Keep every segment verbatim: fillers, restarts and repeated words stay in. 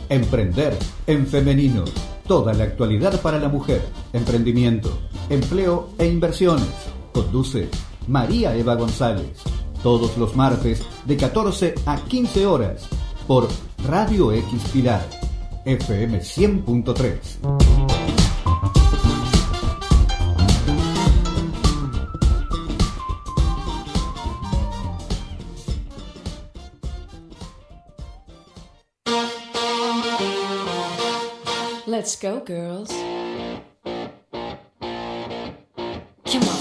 Emprender en femenino. Toda la actualidad para la mujer. Emprendimiento, empleo e inversiones. Conduce María Eva González. Todos los martes de catorce a quince horas por Radio X Pilar, F M cien punto tres. Let's go, girls. Come on.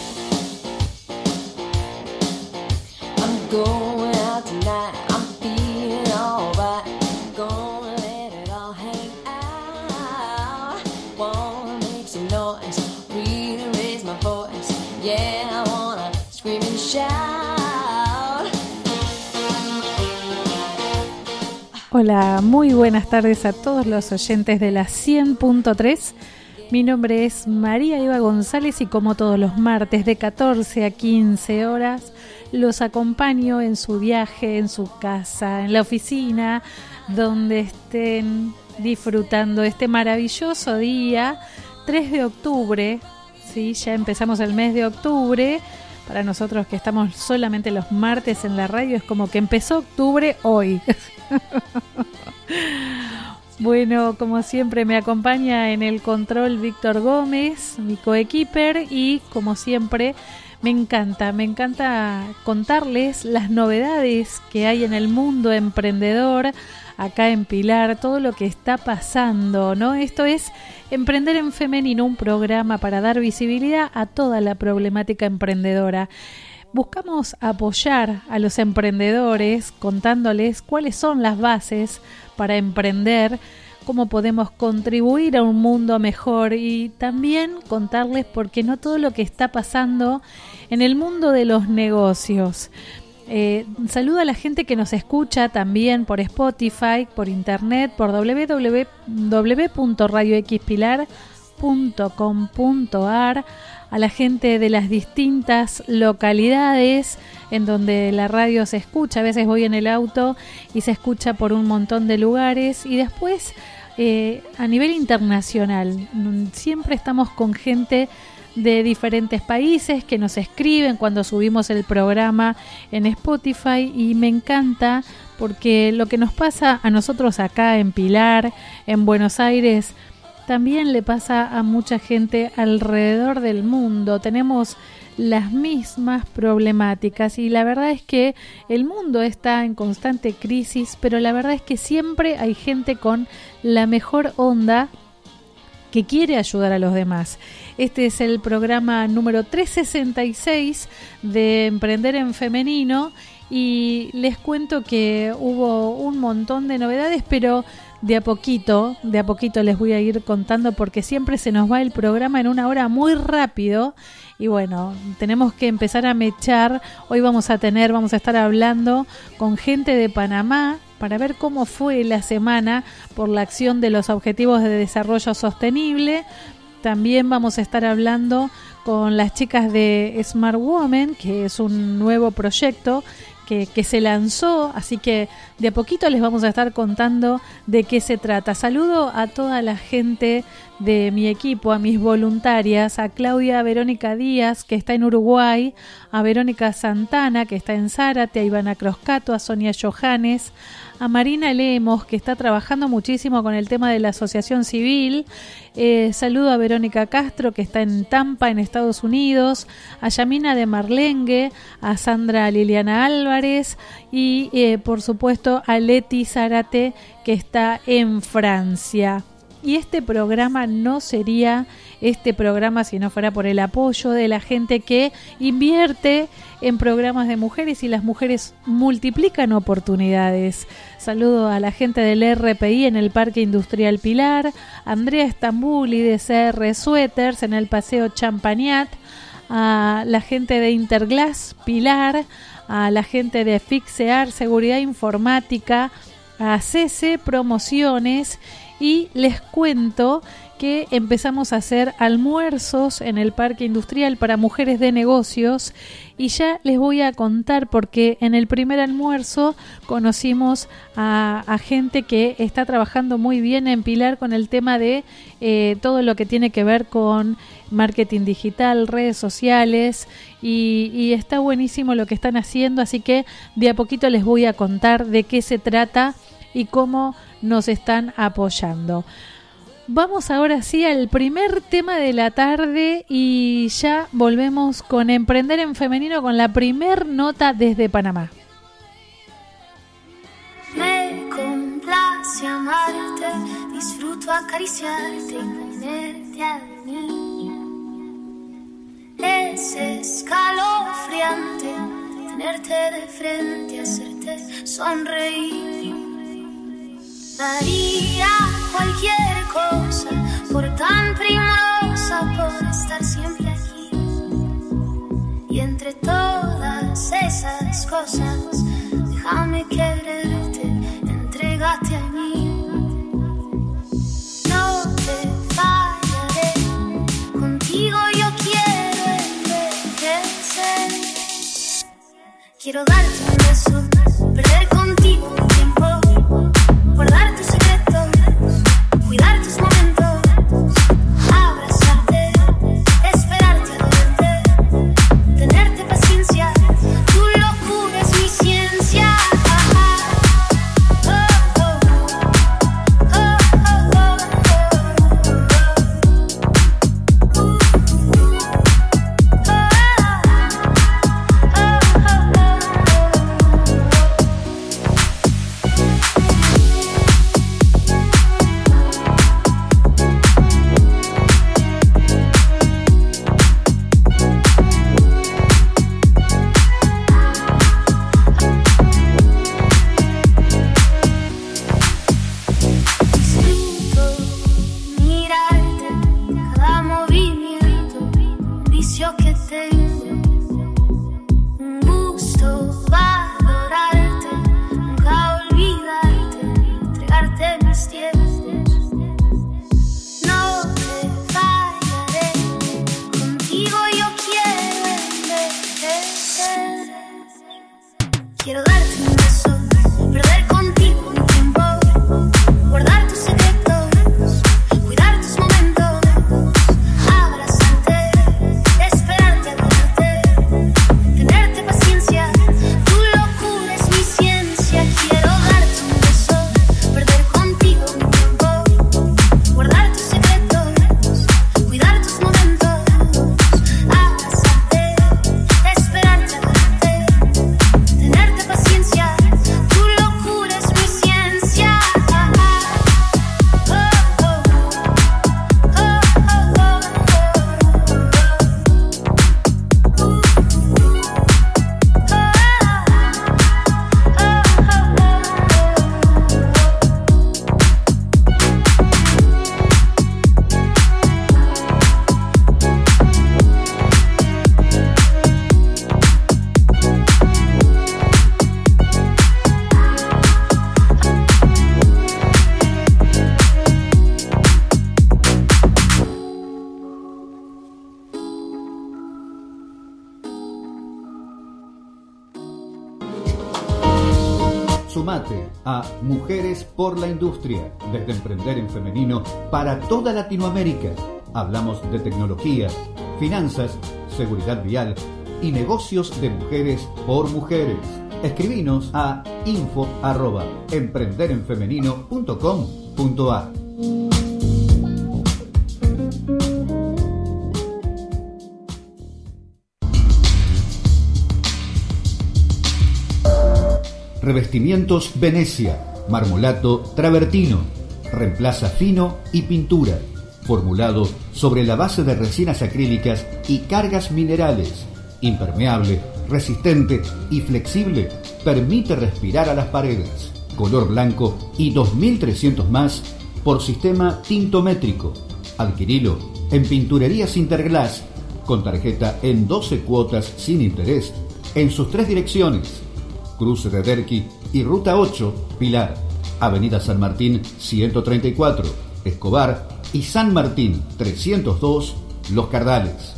I'm going out tonight. I'm feeling alright. Gonna let it all hang out. Wanna make some noise. Really raise my voice. Yeah, I wanna scream and shout. Hola, muy buenas tardes a todos los oyentes de la cien punto tres. Mi nombre es María Eva González y como todos los martes de catorce a quince horas los acompaño en su viaje, en su casa, en la oficina, donde estén disfrutando este maravilloso día, tres de octubre, ¿sí? Ya empezamos el mes de octubre. Para nosotros que estamos solamente los martes en la radio es como que empezó octubre hoy. Bueno, como siempre me acompaña en el control Víctor Gómez, mi coequiper, y como siempre me encanta, me encanta contarles las novedades que hay en el mundo emprendedor acá en Pilar, todo lo que está pasando, ¿no? Esto es Emprender en Femenino, un programa para dar visibilidad a toda la problemática emprendedora. Buscamos apoyar a los emprendedores contándoles cuáles son las bases para emprender, cómo podemos contribuir a un mundo mejor y también contarles por qué no todo lo que está pasando en el mundo de los negocios. Eh, saludo a la gente que nos escucha también por Spotify, por internet, por doble u doble u doble u punto radio x pilar punto com punto a r, a la gente de las distintas localidades en donde la radio se escucha. A veces voy en el auto y se escucha por un montón de lugares, y después eh, a nivel internacional siempre estamos con gente de diferentes países que nos escriben cuando subimos el programa en Spotify, y me encanta porque lo que nos pasa a nosotros acá en Pilar, en Buenos Aires, también le pasa a mucha gente alrededor del mundo. Tenemos las mismas problemáticas y la verdad es que el mundo está en constante crisis, pero la verdad es que siempre hay gente con la mejor onda que quiere ayudar a los demás. Este es el programa número trescientos sesenta y seis de Emprender en Femenino y les cuento que hubo un montón de novedades, pero de a poquito, de a poquito les voy a ir contando porque siempre se nos va el programa en una hora muy rápido y bueno, tenemos que empezar a mechar. Hoy vamos a tener, vamos a estar hablando con gente de Panamá para ver cómo fue la semana por la acción de los Objetivos de Desarrollo Sostenible. También vamos a estar hablando con las chicas de Smart Women, que es un nuevo proyecto que, que se lanzó, así que de a poquito les vamos a estar contando de qué se trata. Saludo a toda la gente de mi equipo, a mis voluntarias, a Claudia Verónica Díaz, que está en Uruguay, a Verónica Santana, que está en Zárate, a Ivana Croscato, a Sonia Johannes, a Marina Lemos, que está trabajando muchísimo con el tema de la asociación civil. Eh, saludo a Verónica Castro, que está en Tampa, en Estados Unidos, a Yamina de Marlengue, a Sandra Liliana Álvarez y, eh, por supuesto, a Leti Zárate, que está en Francia. Y este programa no sería este programa si no fuera por el apoyo de la gente que invierte en programas de mujeres, y las mujeres multiplican oportunidades. Saludo a la gente del R P I en el Parque Industrial Pilar, a Andrea Estambuli de C R Sweaters en el Paseo Champagnat, a la gente de Interglass Pilar, a la gente de Fixear Seguridad Informática, a C C Promociones y les cuento que empezamos a hacer almuerzos en el Parque Industrial para mujeres de negocios y ya les voy a contar porque en el primer almuerzo conocimos a, a gente que está trabajando muy bien en Pilar con el tema de eh, todo lo que tiene que ver con marketing digital, redes sociales y, y está buenísimo lo que están haciendo, así que de a poquito les voy a contar de qué se trata y cómo nos están apoyando. Vamos ahora sí al primer tema de la tarde y ya volvemos con Emprender en Femenino con la primer nota desde Panamá. Me complace amarte, disfruto acariciarte y tenerte a mí. Es escalofriante tenerte de frente, hacerte sonreír. Daría cualquier cosa por tan primorosa, por estar siempre aquí. Y entre todas esas cosas, déjame quererte, entrégate a mí. No te fallaré, contigo yo quiero envejecer. Quiero darte un beso, perder contigo un tiempo, guardar tus secretos, cuidar tus momentos, abrazarte, esperarte, adorarte, tenerte paciencia, tu locura es mi ciencia. Oh, oh, oh, oh, oh, Sumate a Mujeres por la Industria, desde Emprender en Femenino para toda Latinoamérica. Hablamos de tecnología, finanzas, seguridad vial y negocios de mujeres por mujeres. Escribinos a info arroba emprenderenfemenino punto com punto a. Revestimientos Venecia, marmolato travertino, reemplaza fino y pintura, formulado sobre la base de resinas acrílicas y cargas minerales, impermeable, resistente y flexible, permite respirar a las paredes, color blanco y dos mil trescientos más por sistema tintométrico. Adquirilo en Pinturerías Interglass, con tarjeta en doce cuotas sin interés, en sus tres direcciones, Cruce de Derqui y Ruta ocho, Pilar. Avenida San Martín ciento treinta y cuatro, Escobar, y San Martín trescientos dos, Los Cardales.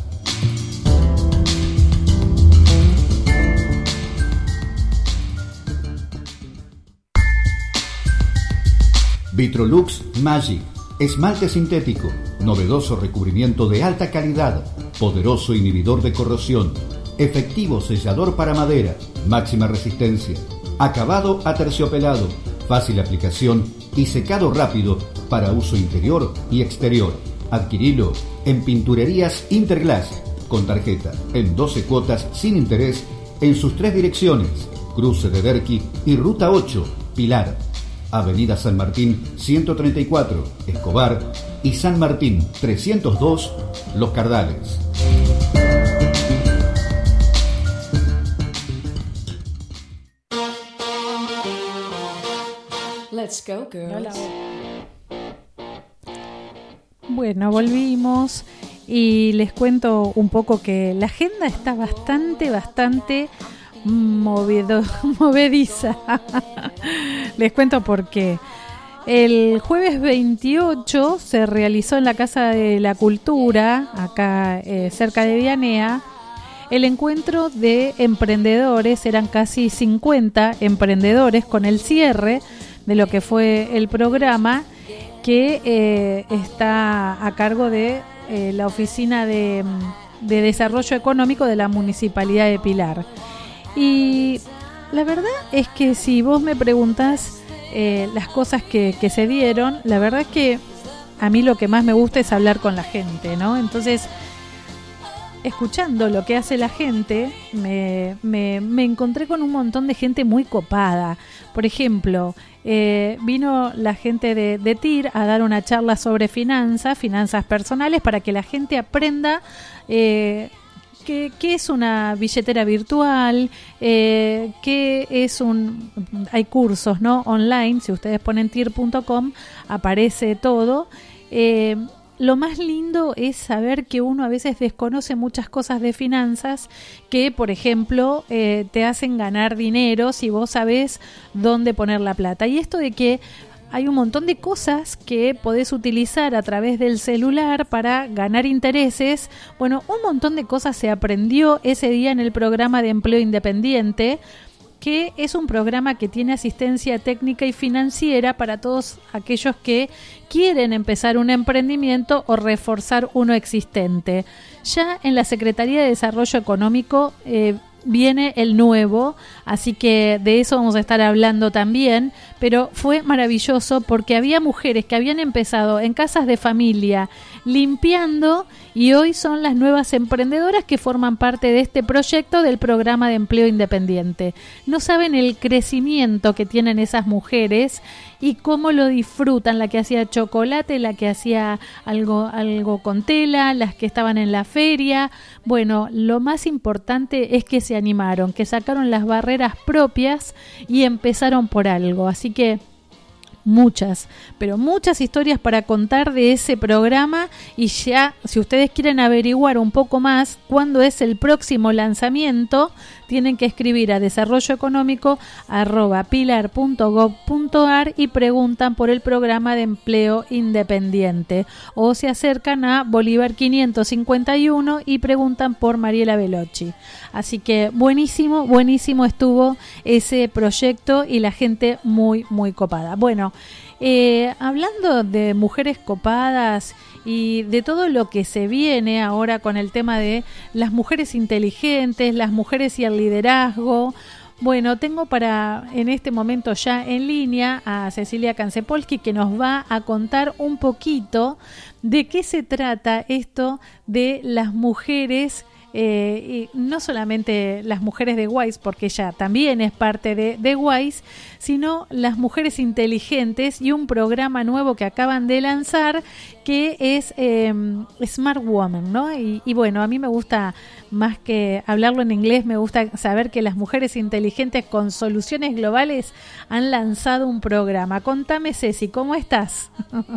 Vitrolux Magic, esmalte sintético, novedoso recubrimiento de alta calidad, poderoso inhibidor de corrosión, efectivo sellador para madera, máxima resistencia, acabado aterciopelado, fácil aplicación y secado rápido para uso interior y exterior. Adquirilo en Pinturerías Interglass, con tarjeta, en doce cuotas sin interés, en sus tres direcciones, Cruce de Derqui y Ruta ocho, Pilar. Avenida San Martín ciento treinta y cuatro, Escobar, y San Martín trescientos dos, Los Cardales. Let's go, girls. Bueno, volvimos y les cuento un poco que la agenda está bastante, bastante movido, movediza. Les cuento por qué. El jueves veintiocho se realizó en la Casa de la Cultura, acá eh, cerca de Vianea, el encuentro de emprendedores. Eran casi cincuenta emprendedores con el cierre de lo que fue el programa, que eh, está a cargo de eh, la Oficina de, de Desarrollo Económico de la Municipalidad de Pilar. Y la verdad es que si vos me preguntás eh, las cosas que, que se dieron, la verdad es que a mí lo que más me gusta es hablar con la gente, ¿no? Entonces, escuchando lo que hace la gente, me, me, me encontré con un montón de gente muy copada. Por ejemplo, eh, vino la gente de, de T I R a dar una charla sobre finanzas, finanzas personales, para que la gente aprenda eh, qué, qué es una billetera virtual, eh, qué es un... Hay cursos, ¿no? Online, si ustedes ponen tir punto com, aparece todo. Eh, Lo más lindo es saber que uno a veces desconoce muchas cosas de finanzas que, por ejemplo, eh, te hacen ganar dinero si vos sabés dónde poner la plata. Y esto de que hay un montón de cosas que podés utilizar a través del celular para ganar intereses. Bueno, un montón de cosas se aprendió ese día en el programa de empleo independiente, que es un programa que tiene asistencia técnica y financiera para todos aquellos que quieren empezar un emprendimiento o reforzar uno existente. Ya en la Secretaría de Desarrollo Económico eh, viene el nuevo, así que de eso vamos a estar hablando también, pero fue maravilloso porque había mujeres que habían empezado en casas de familia limpiando y hoy son las nuevas emprendedoras que forman parte de este proyecto del programa de empleo independiente. No saben el crecimiento que tienen esas mujeres y cómo lo disfrutan, la que hacía chocolate, la que hacía algo, algo con tela, las que estaban en la feria. Bueno, lo más importante es que se animaron, que sacaron las barreras propias y empezaron por algo. Así que muchas, pero muchas historias para contar de ese programa. Y ya, si ustedes quieren averiguar un poco más cuándo es el próximo lanzamiento, tienen que escribir a desarrollo económico arroba pilar punto gob punto ar y preguntan por el programa de empleo independiente, o se acercan a Bolívar quinientos cincuenta y uno y preguntan por Mariela Veloci. Así que buenísimo, buenísimo estuvo ese proyecto y la gente muy, muy copada. Bueno, eh, hablando de mujeres copadas y de todo lo que se viene ahora con el tema de las mujeres inteligentes, las mujeres y el liderazgo. Bueno, tengo para en este momento ya en línea a Cecilia Cansepolsky, que nos va a contar un poquito de qué se trata esto de las mujeres. Eh, y no solamente las mujeres de WISE, porque ella también es parte de, de WISE, sino las mujeres inteligentes y un programa nuevo que acaban de lanzar que es eh, Smart Woman, ¿no? Y, y bueno, a mí me gusta, más que hablarlo en inglés, me gusta saber que las mujeres inteligentes con soluciones globales han lanzado un programa. Contame, Ceci, ¿cómo estás?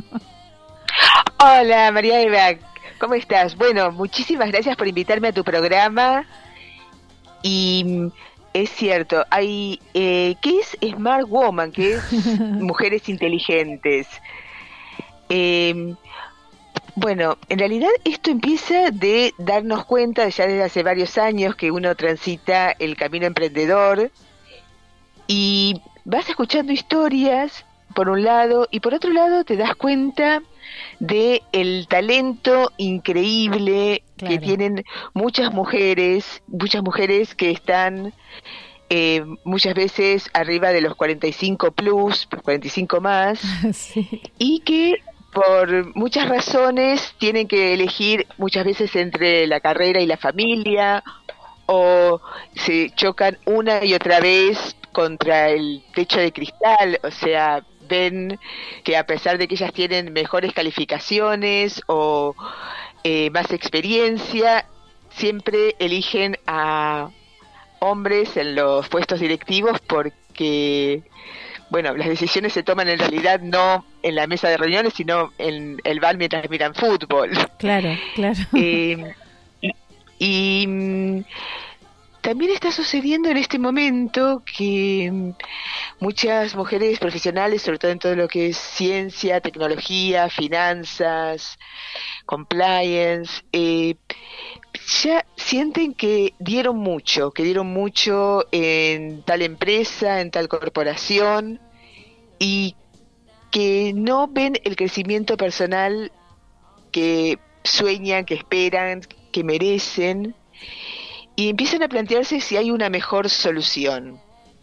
Hola, María Eva. ¿Cómo estás? Bueno, muchísimas gracias por invitarme a tu programa y es cierto. Hay, eh, ¿qué es Smart Woman? ¿Qué es mujeres inteligentes? Eh, bueno, en realidad esto empieza de darnos cuenta ya desde hace varios años que uno transita el camino emprendedor y vas escuchando historias por un lado y por otro lado te das cuenta de el talento increíble Claro. que tienen muchas mujeres, muchas mujeres que están eh, muchas veces arriba de los cuarenta y cinco plus, cuarenta y cinco más, Sí. y que por muchas razones tienen que elegir muchas veces entre la carrera y la familia, o se chocan una y otra vez contra el techo de cristal, o sea, ven que a pesar de que ellas tienen mejores calificaciones o eh, más experiencia, siempre eligen a hombres en los puestos directivos porque, bueno, las decisiones se toman en realidad no en la mesa de reuniones, sino en el bar mientras miran fútbol. Claro, claro. Eh, y y, mm, también está sucediendo en este momento que mm, muchas mujeres profesionales, sobre todo en todo lo que es ciencia, tecnología, finanzas, compliance, eh, ya sienten que dieron mucho, que dieron mucho en tal empresa, en tal corporación, y que no ven el crecimiento personal que sueñan, que esperan, que merecen, y empiezan a plantearse si hay una mejor solución.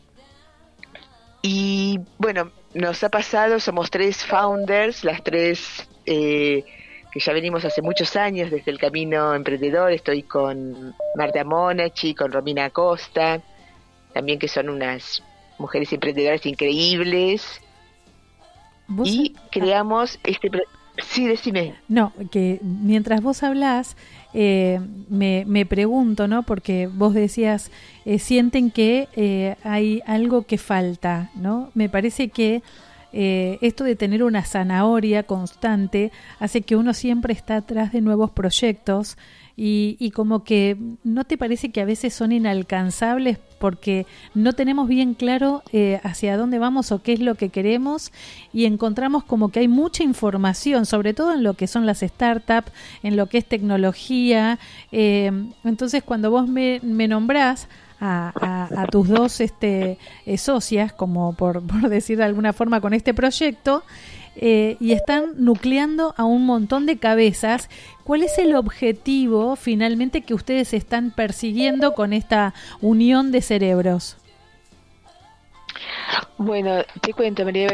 Y bueno, nos ha pasado, somos tres founders, las tres eh, que ya venimos hace muchos años desde el camino emprendedor. Estoy con Marta Monachi, con Romina Acosta, también que son unas mujeres emprendedoras increíbles. ¿Vos Y sab- creamos este... pro- Sí, decime. No, que mientras vos hablás, eh, me, me pregunto, ¿no? Porque vos decías, eh, sienten que eh, hay algo que falta, ¿no? Me parece que eh, esto de tener una zanahoria constante hace que uno siempre está atrás de nuevos proyectos y, y como que ¿no te parece que a veces son inalcanzables porque no tenemos bien claro eh, hacia dónde vamos o qué es lo que queremos y encontramos como que hay mucha información, sobre todo en lo que son las startups, en lo que es tecnología? Eh, entonces cuando vos me, me nombrás a, a, a tus dos este, eh, socias, como por, por decir de alguna forma con este proyecto, eh, y están nucleando a un montón de cabezas, ¿cuál es el objetivo finalmente que ustedes están persiguiendo con esta unión de cerebros? Bueno, te cuento, María.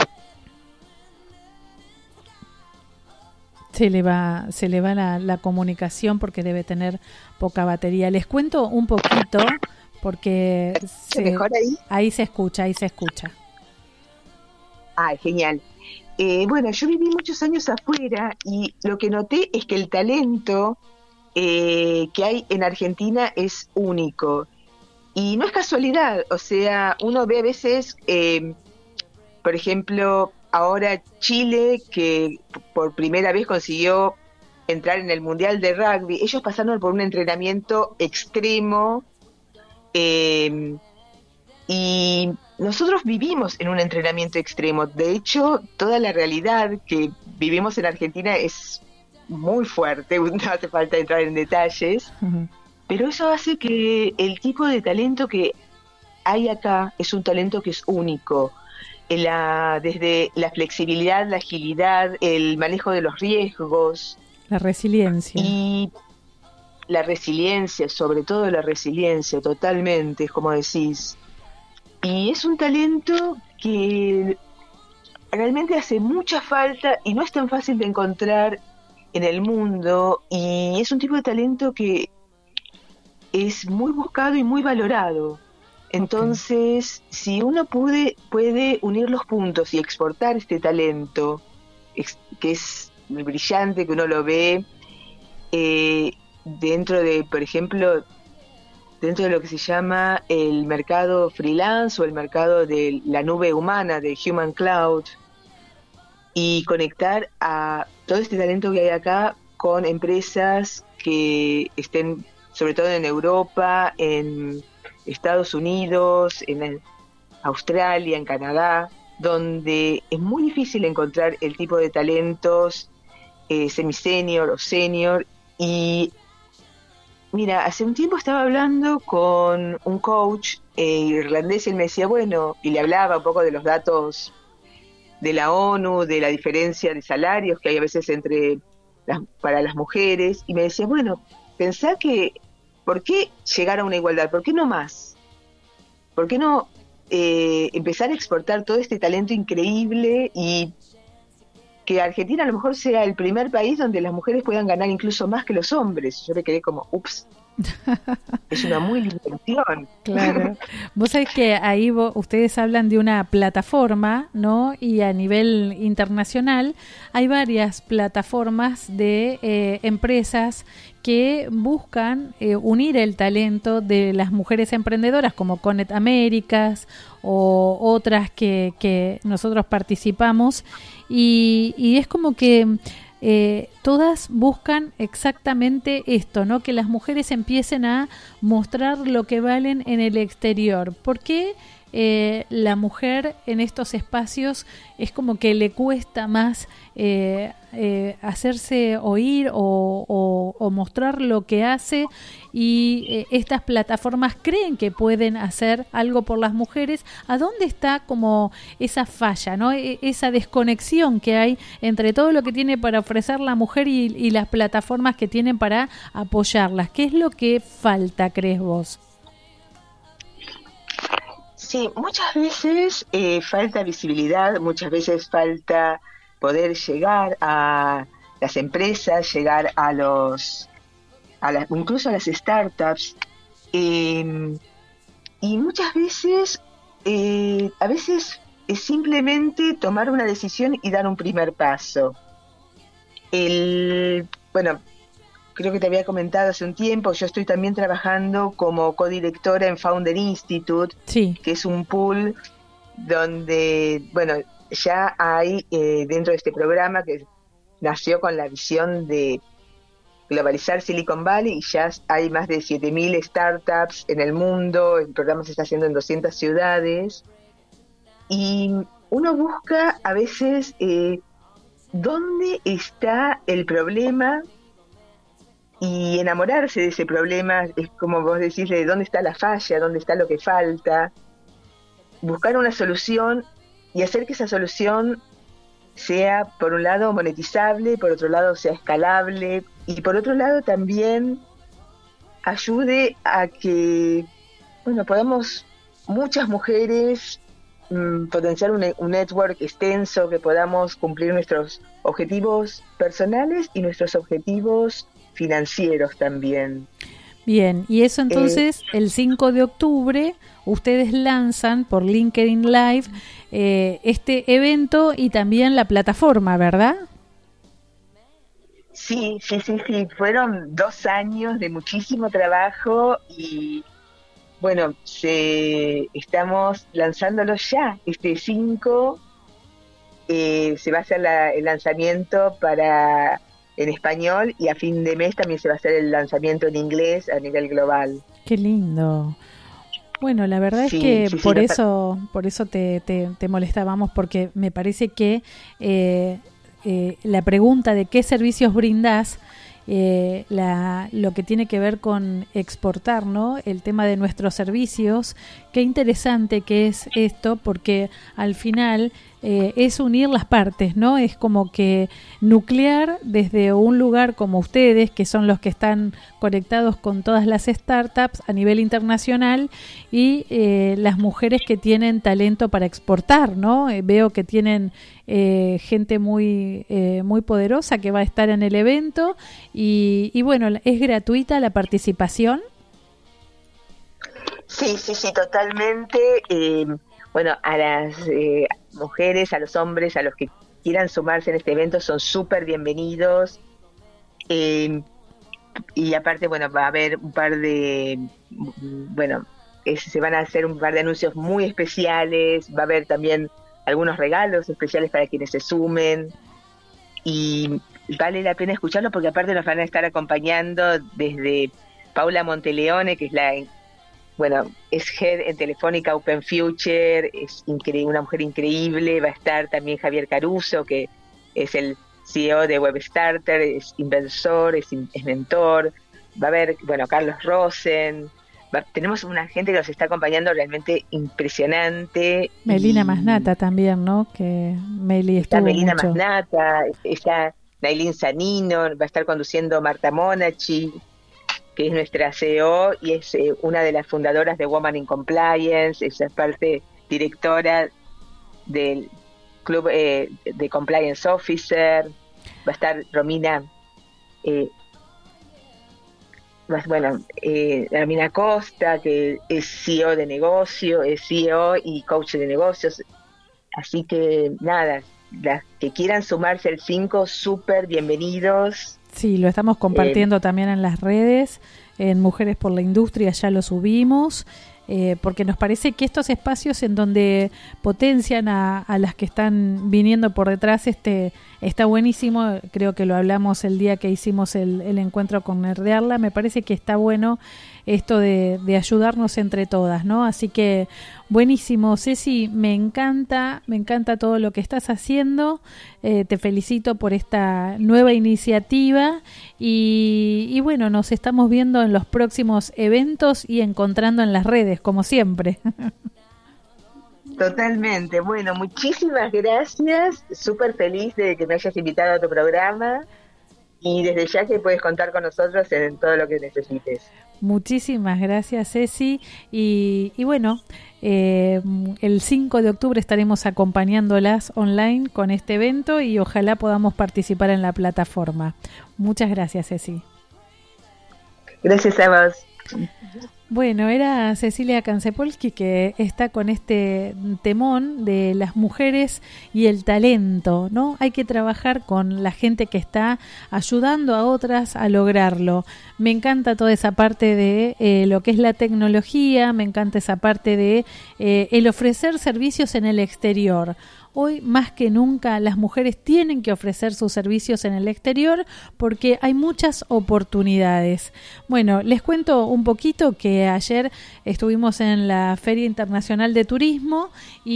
Se le va, se le va la, la comunicación porque debe tener poca batería. Les cuento un poquito porque se, ¿Mejor ahí? ahí se escucha, ahí se escucha. Ah, genial. Eh, bueno, yo viví muchos años afuera y lo que noté es que el talento eh, que hay en Argentina es único. Y no es casualidad, o sea, uno ve a veces, eh, por ejemplo, ahora Chile, que por primera vez consiguió entrar en el Mundial de Rugby, ellos pasaron por un entrenamiento extremo, eh, y nosotros vivimos en un entrenamiento extremo. De hecho, toda la realidad que vivimos en Argentina es muy fuerte, no hace falta entrar en detalles, Ujú. pero eso hace que el tipo de talento que hay acá es un talento que es único. La, desde la flexibilidad, la agilidad, el manejo de los riesgos La resiliencia. y la resiliencia, sobre todo la resiliencia, totalmente, es como decís. Y es un talento que realmente hace mucha falta y no es tan fácil de encontrar en el mundo, y es un tipo de talento que es muy buscado y muy valorado. Entonces, okay, si uno puede, puede unir los puntos y exportar este talento, ex, que es brillante, que uno lo ve eh, dentro de, por ejemplo, dentro de lo que se llama el mercado freelance o el mercado de la nube humana, de Human Cloud, y conectar a todo este talento que hay acá con empresas que estén, sobre todo en Europa, en Estados Unidos, en el- Australia, en Canadá, donde es muy difícil encontrar el tipo de talentos eh, semi-senior o senior. Y mira, hace un tiempo estaba hablando con un coach eh, irlandés y él me decía, bueno, y le hablaba un poco de los datos de la ONU, de la diferencia de salarios que hay a veces entre las, para las mujeres, y me decía, bueno, pensá que, ¿por qué llegar a una igualdad? ¿Por qué no más? ¿Por qué no eh, empezar a exportar todo este talento increíble y que Argentina a lo mejor sea el primer país donde las mujeres puedan ganar incluso más que los hombres? Yo me quedé como, ups, es una muy linda opción. Claro. Vos sabés que ahí vo- ustedes hablan de una plataforma, ¿no? Y a nivel internacional hay varias plataformas de eh, empresas que buscan eh, unir el talento de las mujeres emprendedoras como Connect Américas o otras que, que nosotros participamos y, y es como que eh, todas buscan exactamente esto, ¿no? Que las mujeres empiecen a mostrar lo que valen en el exterior. ¿Por qué eh, la mujer en estos espacios es como que le cuesta más eh, eh, hacerse oír o, o, o mostrar lo que hace? Y eh, estas plataformas creen que pueden hacer algo por las mujeres. ¿A dónde está como esa falla, ¿no? E- esa desconexión que hay entre todo lo que tiene para ofrecer la mujer y, y las plataformas que tienen para apoyarlas? ¿Qué es lo que falta, crees vos? Sí, muchas veces eh, falta visibilidad, muchas veces falta poder llegar a las empresas, llegar a los, a la- incluso a las startups, eh, y muchas veces, eh, a veces es simplemente tomar una decisión y dar un primer paso. El, bueno, creo que te había comentado hace un tiempo, yo estoy también trabajando como codirectora en Founder Institute, Sí, que es un pool donde, bueno, ya hay eh, dentro de este programa que nació con la visión de globalizar Silicon Valley y ya hay más de siete mil startups en el mundo, el programa se está haciendo en doscientas ciudades y uno busca a veces eh, dónde está el problema y enamorarse de ese problema, es como vos decís, de dónde está la falla, dónde está lo que falta, buscar una solución y hacer que esa solución sea, por un lado, monetizable, por otro lado, sea escalable y por otro lado también ayude a que, bueno, podamos muchas mujeres mm, potenciar un, un network extenso, que podamos cumplir nuestros objetivos personales y nuestros objetivos financieros también. bien. Y eso entonces, el cinco de octubre, ustedes lanzan por LinkedIn Live eh, este evento y también la plataforma, ¿verdad? Sí, sí, sí, sí, fueron dos años de muchísimo trabajo y bueno, se, estamos lanzándolo ya, este cinco, eh, se va a hacer la- el lanzamiento para en español y a fin de mes también se va a hacer el lanzamiento en inglés a nivel global. Qué lindo. Bueno, la verdad Sí, es que sí, sí, por me eso, por eso te, te, te molestábamos, porque me parece que eh, eh, la pregunta de qué servicios brindás, eh, la, lo que tiene que ver con exportar, ¿no? El tema de nuestros servicios, qué interesante que es esto, porque al final eh, es unir las partes, ¿no? Es como que nuclear desde un lugar como ustedes, que son los que están conectados con todas las startups a nivel internacional, y eh, las mujeres que tienen talento para exportar, ¿no? Eh, veo que tienen eh, gente muy, eh, muy poderosa que va a estar en el evento y, y bueno, ¿es gratuita la participación? Sí, sí, sí, totalmente. Eh, bueno, a las eh, mujeres, a los hombres, a los que quieran sumarse en este evento son súper bienvenidos. Eh, y aparte, bueno, va a haber un par de, mm, bueno, es- se van a hacer un par de anuncios muy especiales, va a haber también algunos regalos especiales para quienes se sumen y vale la pena escucharlo porque aparte nos van a estar acompañando desde Paula Monteleone, que es la bueno, es Head en Telefónica Open Future, es incre- una mujer increíble. Va a estar también Javier Caruso, que es el C E O de WebStarter, es inversor, es, in- es mentor. Va a haber, bueno, Carlos Rosen. Va- tenemos una gente que nos está acompañando realmente impresionante. Melina Y Masnata también, ¿no? Que Meli está estuvo Melina mucho. Masnata, está Nailin Sanino, va a estar conduciendo Marta Monachi, que es nuestra C E O y es eh, una de las fundadoras de Woman in Compliance, es parte directora del club eh, de Compliance Officer. Va a estar Romina, eh, más, bueno, eh, Romina Costa, que es C E O de negocio, es C E O y coach de negocios. Así que nada, las que quieran sumarse al cinco, súper bienvenidos. Sí, lo estamos compartiendo también en las redes, en Mujeres por la Industria ya lo subimos, eh, porque nos parece que estos espacios en donde potencian a, a las que están viniendo por detrás, este está buenísimo. Creo que lo hablamos el día que hicimos el, el encuentro con Nerdearla. Me parece que está bueno esto de, de ayudarnos entre todas, ¿no? Así que buenísimo, Ceci, me encanta, me encanta todo lo que estás haciendo. Eh, te felicito por esta nueva iniciativa y, y bueno, nos estamos viendo en los próximos eventos y encontrando en las redes, como siempre. Totalmente. Bueno, muchísimas gracias. Súper feliz de que me hayas invitado a tu programa y desde ya que puedes contar con nosotros en todo lo que necesites. Muchísimas gracias, Ceci. Y, y bueno, eh, el cinco de octubre estaremos acompañándolas online con este evento y ojalá podamos participar en la plataforma. Muchas gracias, Ceci. Gracias a vos. Bueno, era Cecilia Kancepolsky, que está con este temón de las mujeres y el talento, ¿no? Hay que trabajar con la gente que está ayudando a otras a lograrlo. Me encanta toda esa parte de eh, lo que es la tecnología, me encanta esa parte de eh, el ofrecer servicios en el exterior. Hoy más que nunca las mujeres tienen que ofrecer sus servicios en el exterior porque hay muchas oportunidades. Bueno, les cuento un poquito que ayer estuvimos en la Feria Internacional de Turismo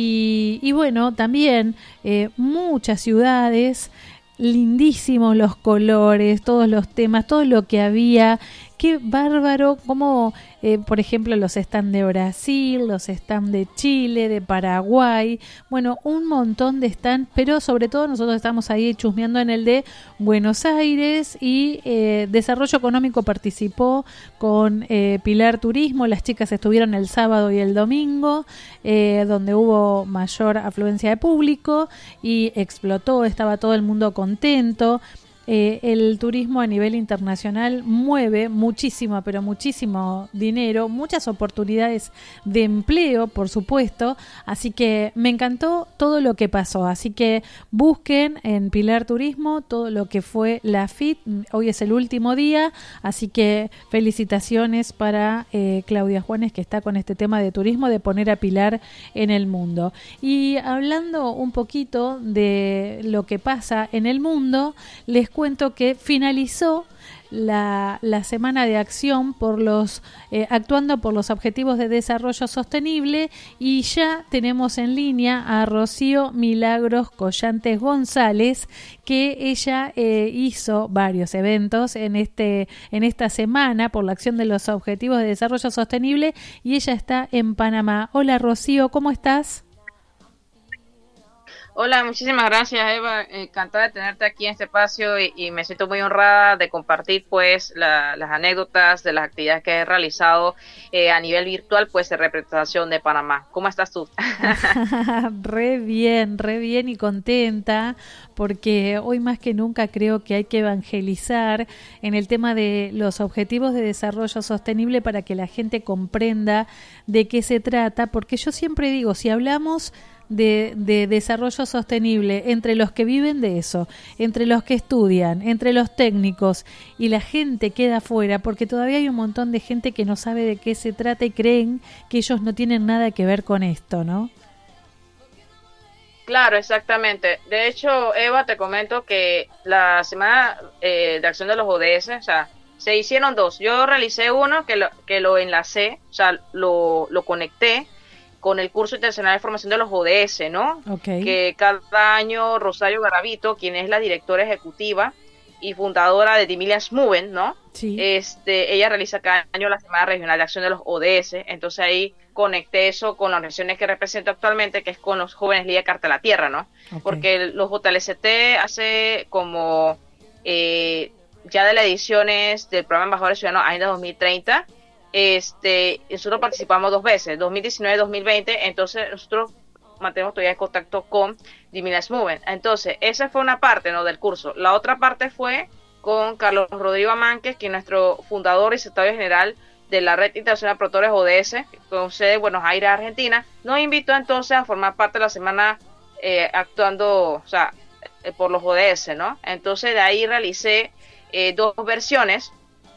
y, y bueno, también eh, muchas ciudades, lindísimos los colores, todos los temas, todo lo que había. Qué bárbaro, como eh, por ejemplo los stands de Brasil, los stands de Chile, de Paraguay, bueno, un montón de stands, pero sobre todo nosotros estamos ahí chusmeando en el de Buenos Aires y eh, Desarrollo Económico participó con eh, Pilar Turismo. Las chicas estuvieron el sábado y el domingo, eh, donde hubo mayor afluencia de público y explotó, estaba todo el mundo contento. Eh, el turismo a nivel internacional mueve muchísimo, pero muchísimo dinero, muchas oportunidades de empleo, por supuesto, así que me encantó todo lo que pasó, así que busquen en Pilar Turismo todo lo que fue la F I T, hoy es el último día, así que felicitaciones para eh, Claudia Juanes, que está con este tema de turismo, de poner a Pilar en el mundo. Y hablando un poquito de lo que pasa en el mundo, les cuento que finalizó la, la semana de acción por los eh, actuando por los Objetivos de Desarrollo Sostenible y ya tenemos en línea a Rocío Milagros Collantes González, que ella eh, hizo varios eventos en este en esta semana por la acción de los Objetivos de Desarrollo Sostenible y ella está en Panamá. Hola Rocío, ¿cómo estás? Hola, muchísimas gracias Eva, encantada de tenerte aquí en este espacio y, y me siento muy honrada de compartir pues la, las anécdotas de las actividades que he realizado eh, a nivel virtual pues de representación de Panamá. ¿Cómo estás tú? Re bien, re bien y contenta porque hoy más que nunca creo que hay que evangelizar en el tema de los objetivos de desarrollo sostenible para que la gente comprenda de qué se trata, porque yo siempre digo, si hablamos De, de desarrollo sostenible entre los que viven de eso, entre los que estudian, entre los técnicos y la gente queda afuera porque todavía hay un montón de gente que no sabe de qué se trata y creen que ellos no tienen nada que ver con esto, ¿no? Claro, exactamente. De hecho, Eva, te comento que la semana eh, de acción de los O D S, o sea, Se hicieron dos. Yo realicé uno que lo, que lo enlacé, o sea, lo, lo conecté con el curso internacional de formación de los O D S, ¿no? Okay. Que cada año Rosario Garavito, quien es la directora ejecutiva y fundadora de The Millennials Movement, ¿no? Sí. Este, ella realiza cada año la Semana Regional de Acción de los O D S, entonces ahí conecté eso con las organizaciones que represento actualmente, que es con los jóvenes líderes de Carta de la Tierra, ¿no? Okay. Porque los J L C T hace como eh, ya de las ediciones del programa Embajadores Ciudadanos Agenda dos mil treinta, este, nosotros participamos dos veces, dos mil diecinueve y dos mil veinte, entonces nosotros mantenemos todavía en contacto con The Millennials Movement. Entonces, esa fue una parte, ¿no?, del curso. La otra parte fue con Carlos Rodrigo Amánquez, que es nuestro fundador y secretario general de la Red Internacional de Promotores O D S, con sede en Buenos Aires, Argentina. Nos invitó entonces a formar parte de la semana eh, actuando, o sea, eh, por los O D S, ¿no? Entonces, de ahí realicé eh, dos versiones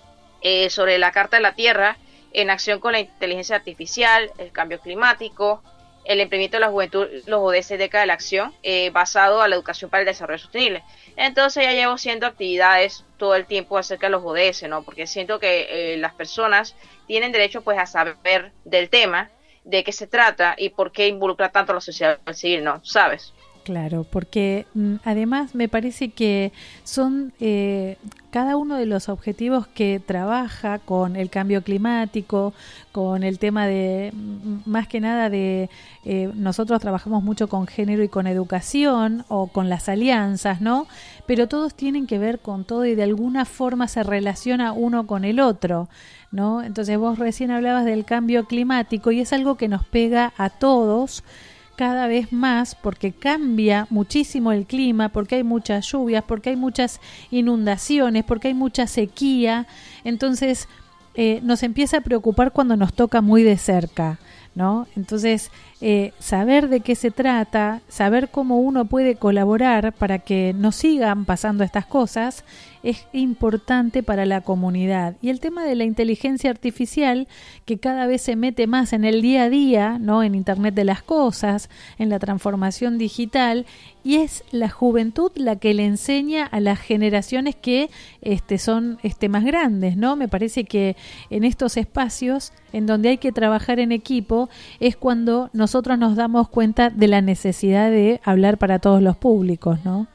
eh, sobre la Carta de la Tierra en acción con la inteligencia artificial, el cambio climático, el emprendimiento de la juventud, los O D S década de la acción, eh, basado a la educación para el desarrollo sostenible. Entonces ya llevo haciendo actividades todo el tiempo acerca de los O D S, ¿no? Porque siento que eh, las personas tienen derecho pues a saber del tema, de qué se trata y por qué involucra tanto a la sociedad civil, ¿no? ¿Sabes? Claro, porque mm, además me parece que son eh, cada uno de los objetivos que trabaja con el cambio climático, con el tema de, más que nada de, eh, nosotros trabajamos mucho con género y con educación o con las alianzas, ¿no? Pero todos tienen que ver con todo y de alguna forma se relaciona uno con el otro, ¿no? Entonces vos recién hablabas del cambio climático y es algo que nos pega a todos cada vez más porque cambia muchísimo el clima, porque hay muchas lluvias, porque hay muchas inundaciones, porque hay mucha sequía. Entonces eh, nos empieza a preocupar cuando nos toca muy de cerca, ¿no? Entonces eh, saber de qué se trata, saber cómo uno puede colaborar para que no sigan pasando estas cosas es importante para la comunidad. Y el tema de la inteligencia artificial, que cada vez se mete más en el día a día, ¿no? En Internet de las cosas, en la transformación digital, y es la juventud la que le enseña a las generaciones que este, son este, más grandes, ¿no? Me parece que en estos espacios en donde hay que trabajar en equipo es cuando nosotros nos damos cuenta de la necesidad de hablar para todos los públicos, ¿no?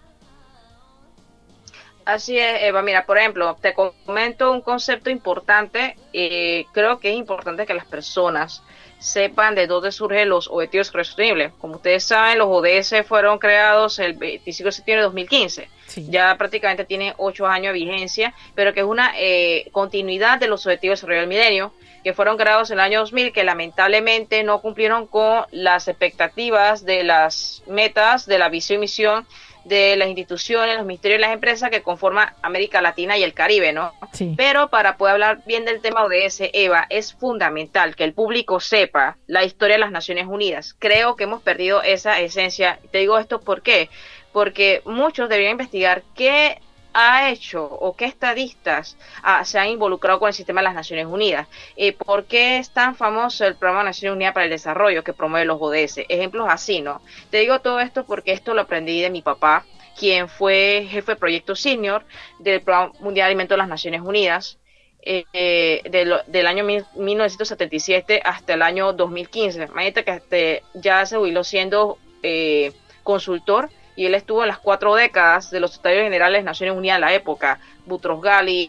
Así es, Eva. Mira, por ejemplo, te comento un concepto importante. Eh, creo que es importante que las personas sepan de dónde surgen los objetivos sostenibles. Como ustedes saben, los O D S fueron creados el veinticinco de septiembre de dos mil quince. Sí. Ya prácticamente tiene ocho años de vigencia, pero que es una eh, continuidad de los objetivos de desarrollo del milenio, que fueron creados en el año dos mil, que lamentablemente no cumplieron con las expectativas de las metas de la visión y misión de las instituciones, los ministerios y las empresas que conforman América Latina y el Caribe, ¿no? Sí. Pero para poder hablar bien del tema O D S, Eva, es fundamental que el público sepa la historia de las Naciones Unidas. Creo que hemos perdido esa esencia. Te digo esto ¿por qué? Porque muchos deberían investigar qué ha hecho o qué estadistas ah, se han involucrado con el sistema de las Naciones Unidas. Eh, ¿Por qué es tan famoso el programa de Naciones Unidas para el Desarrollo que promueve los O D S? Ejemplos así, ¿no? Te digo todo esto porque esto lo aprendí de mi papá, quien fue jefe de proyecto senior del Programa Mundial de Alimentos de las Naciones Unidas eh, eh, del, del año mil novecientos setenta y siete hasta el año dos mil quince. Imagínate que este, ya se jubiló siendo eh, consultor, y él estuvo en las cuatro décadas de los secretarios generales de Naciones Unidas en la época, Boutros Ghali,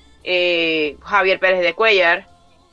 eh, Javier Pérez de Cuellar,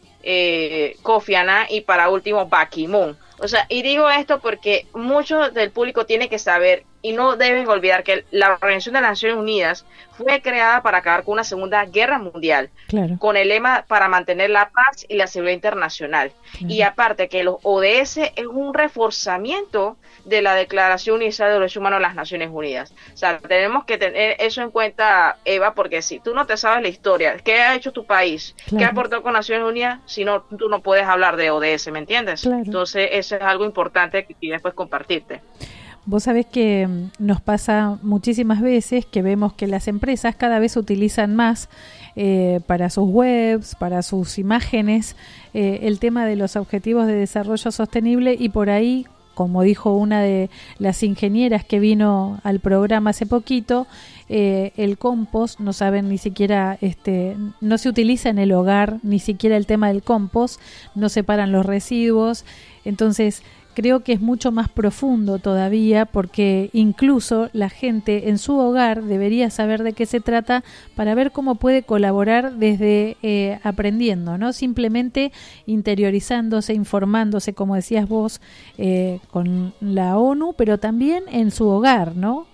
eh, Kofi Annan y para último Ban Ki-moon. O sea, y digo esto porque muchos del público tiene que saber y no deben olvidar que la Organización de las Naciones Unidas fue creada para acabar con una segunda guerra mundial, claro, con el lema para mantener la paz y la seguridad internacional. Claro. Y aparte que los O D S es un reforzamiento de la Declaración Universal de los Derechos Humanos de las Naciones Unidas. O sea, tenemos que tener eso en cuenta, Eva, porque si tú no te sabes la historia, ¿qué ha hecho tu país? Claro. ¿Qué ha aportado con Naciones Unidas? Si no, tú no puedes hablar de O D S, ¿me entiendes? Claro. Entonces, eso es algo importante que quería después compartirte. Vos sabés que nos pasa muchísimas veces que vemos que las empresas cada vez utilizan más eh, para sus webs, para sus imágenes, eh, el tema de los objetivos de desarrollo sostenible, y por ahí como dijo una de las ingenieras que vino al programa hace poquito, eh, el compost, no saben ni siquiera, este, no se utiliza en el hogar, ni siquiera el tema del compost, no separan los residuos, entonces creo que es mucho más profundo todavía, porque incluso la gente en su hogar debería saber de qué se trata para ver cómo puede colaborar desde eh, aprendiendo, no simplemente interiorizándose, informándose, como decías vos, eh, con la ONU, pero también en su hogar, ¿no?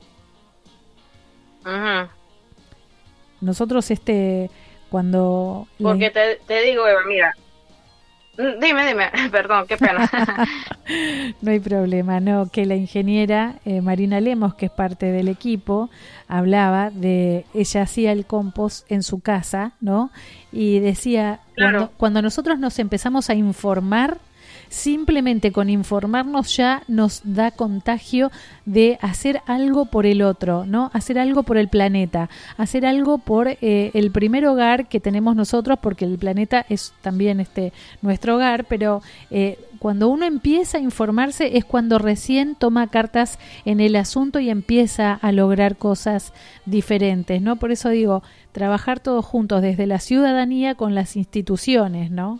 Ajá. Nosotros, este, cuando... Porque te, te digo, Eva, mira, dime, dime, perdón, qué pena. No hay problema, no, que la ingeniera eh, Marina Lemos, que es parte del equipo, hablaba de, ella hacía el compost en su casa, ¿no? Y decía, Claro. cuando, cuando nosotros nos empezamos a informar, simplemente con informarnos ya nos da contagio de hacer algo por el otro, ¿no? Hacer algo por el planeta, hacer algo por eh, el primer hogar que tenemos nosotros, porque el planeta es también este nuestro hogar, pero eh, cuando uno empieza a informarse es cuando recién toma cartas en el asunto y empieza a lograr cosas diferentes, ¿no? Por eso digo, trabajar todos juntos desde la ciudadanía con las instituciones, ¿no?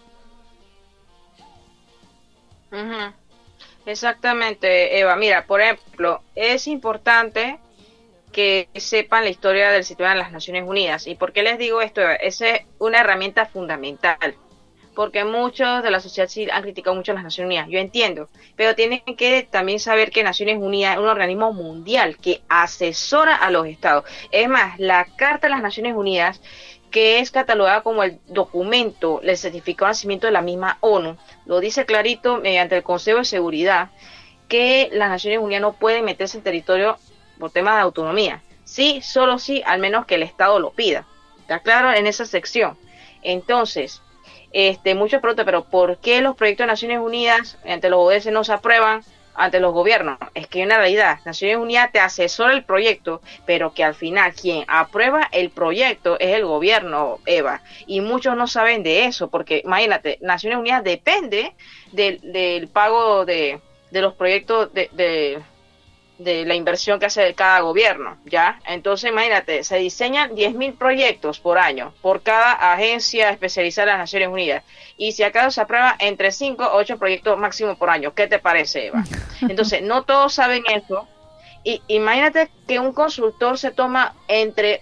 Ujú. Exactamente, Eva. Mira, por ejemplo, es importante que sepan la historia del sistema de las Naciones Unidas. ¿Y por qué les digo esto, Eva? Esa es una herramienta fundamental, porque muchos de la sociedad civil han criticado mucho a las Naciones Unidas. Yo entiendo, pero tienen que también saber que Naciones Unidas es un organismo mundial que asesora a los estados. Es más, la Carta de las Naciones Unidas, que es catalogada como el documento, el certificado de nacimiento de la misma ONU, lo dice clarito mediante el Consejo de Seguridad, que las Naciones Unidas no pueden meterse en territorio por temas de autonomía. Sí, solo sí, al menos que el Estado lo pida. ¿Está claro? En esa sección. Entonces, este, muchos preguntan, pero ¿por qué los proyectos de Naciones Unidas ante los O D S no se aprueban ante los gobiernos? Es que hay una realidad. Naciones Unidas te asesora el proyecto, pero que al final quien aprueba el proyecto es el gobierno, Eva. Y muchos no saben de eso, porque imagínate, Naciones Unidas depende del, del pago de, de los proyectos de, de, de la inversión que hace cada gobierno, ¿ya? Entonces, imagínate, se diseñan diez mil proyectos por año por cada agencia especializada de las Naciones Unidas. Y si acaso se aprueba entre cinco o ocho proyectos máximo por año. ¿Qué te parece, Eva? Entonces, no todos saben eso. Y imagínate que un consultor se toma entre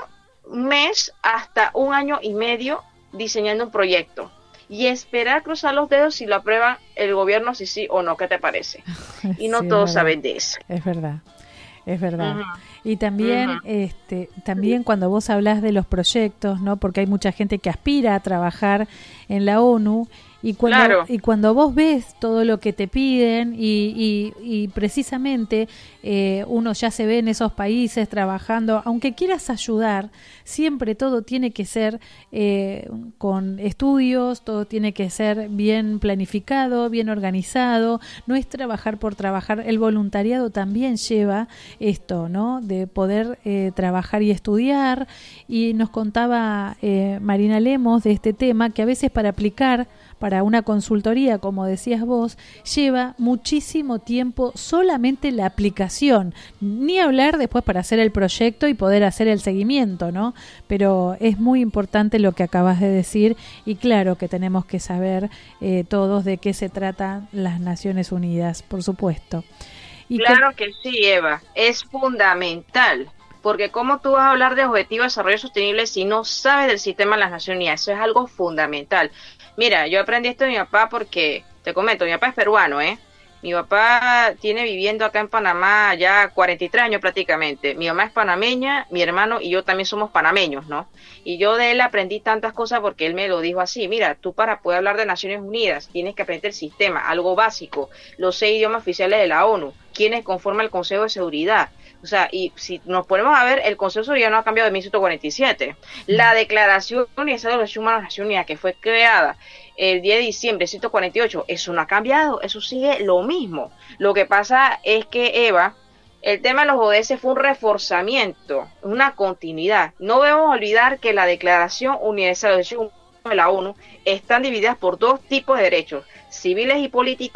un mes hasta un año y medio diseñando un proyecto. Y esperar cruzar los dedos si lo aprueba el gobierno, si sí o no. ¿Qué te parece? Y no Sí, todos es verdad. saben de eso. Es verdad, es verdad. Ujú. Y también, Ujú. este, también cuando vos hablas de los proyectos, ¿no? Porque hay mucha gente que aspira a trabajar en la ONU y cuando Claro. y cuando vos ves todo lo que te piden y, y, y precisamente eh, uno ya se ve en esos países trabajando, aunque quieras ayudar, siempre todo tiene que ser eh, con estudios, todo tiene que ser bien planificado, bien organizado, no es trabajar por trabajar. El voluntariado también lleva esto, ¿no? De poder eh, trabajar y estudiar. Y nos contaba eh, Marina Lemos de este tema, que a veces para aplicar para una consultoría, como decías vos, lleva muchísimo tiempo solamente la aplicación, ni hablar después para hacer el proyecto y poder hacer el seguimiento, ¿no? Pero es muy importante lo que acabas de decir y claro que tenemos que saber eh, todos de qué se tratan las Naciones Unidas, por supuesto. Y Claro que sí, Eva, es fundamental, porque cómo tú vas a hablar de objetivos de desarrollo sostenible si no sabes del sistema de las Naciones Unidas. Eso es algo fundamental. Mira, yo aprendí esto de mi papá porque, te comento, mi papá es peruano, ¿eh? Mi papá tiene viviendo acá en Panamá ya cuarenta y tres años prácticamente. Mi mamá es panameña, mi hermano y yo también somos panameños, ¿no? Y yo de él aprendí tantas cosas porque él me lo dijo así. Mira, tú para poder hablar de Naciones Unidas tienes que aprender el sistema, algo básico, los seis idiomas oficiales de la ONU, quienes conforman el Consejo de Seguridad. O sea, y si nos ponemos a ver, el Consejo de Seguridad no ha cambiado de mil novecientos cuarenta y siete. La Declaración Universal de los Derechos Humanos de las Naciones Unidas, que fue creada el diez de diciembre de mil novecientos cuarenta y ocho, eso no ha cambiado, eso sigue lo mismo. Lo que pasa es que, Eva, el tema de los O D S fue un reforzamiento, una continuidad. No debemos olvidar que la Declaración Universal de los Derechos Humanos de la ONU están divididas por dos tipos de derechos, civiles y políticos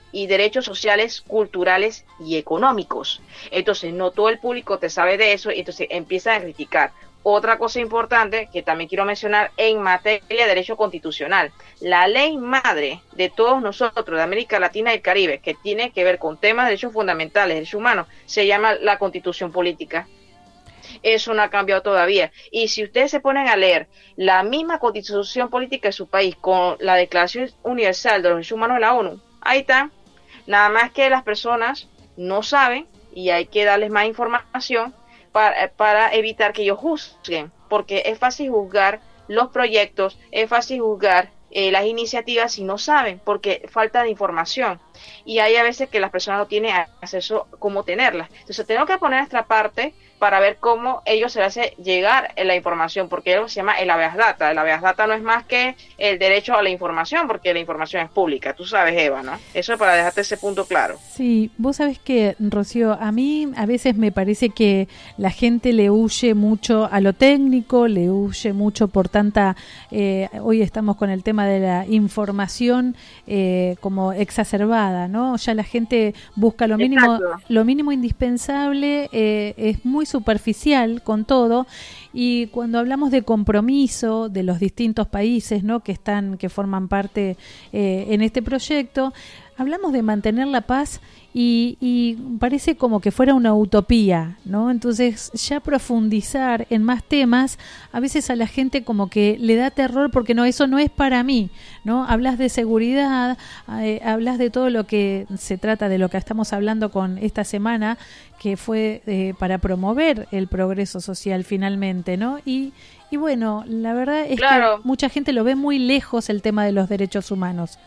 y derechos sociales, culturales y económicos. Entonces, no todo el público te sabe de eso y entonces empiezan a criticar. Otra cosa importante que también quiero mencionar en materia de derecho constitucional, la ley madre de todos nosotros de América Latina y el Caribe, que tiene que ver con temas de derechos fundamentales, derechos humanos, se llama la Constitución Política. Eso no ha cambiado todavía. Y si ustedes se ponen a leer la misma Constitución Política de su país con la Declaración Universal de los Derechos Humanos de la ONU, ahí está. Nada más que las personas no saben y hay que darles más información para, para evitar que ellos juzguen, porque es fácil juzgar los proyectos, es fácil juzgar eh, las iniciativas si no saben, porque falta de información. Y hay a veces que las personas no tienen acceso a cómo tenerlas. Entonces tenemos que poner nuestra parte para ver cómo ellos se les hace llegar la información, porque eso se llama el habeas data. El habeas data no es más que el derecho a la información, porque la información es pública. Tú sabes, Eva, ¿no? Eso es para dejarte ese punto claro. Sí, vos sabés que, Rocío, a mí a veces me parece que la gente le huye mucho a lo técnico, le huye mucho por tanta... Eh, hoy estamos con el tema de la información eh, como exacerbada, ¿no? Ya la gente busca lo mínimo, Exacto. lo mínimo indispensable, eh, es muy superficial con todo, y cuando hablamos de compromiso de los distintos países, ¿no?, que están, que forman parte eh, en este proyecto, hablamos de mantener la paz y, y parece como que fuera una utopía, ¿no? Entonces ya profundizar en más temas a veces a la gente como que le da terror porque no, eso no es para mí, ¿no? Hablas de seguridad, eh, hablas de todo lo que se trata, de lo que estamos hablando con esta semana, que fue eh, para promover el progreso social finalmente, ¿no? Y, y bueno, la verdad es Claro. que mucha gente lo ve muy lejos el tema de los derechos humanos.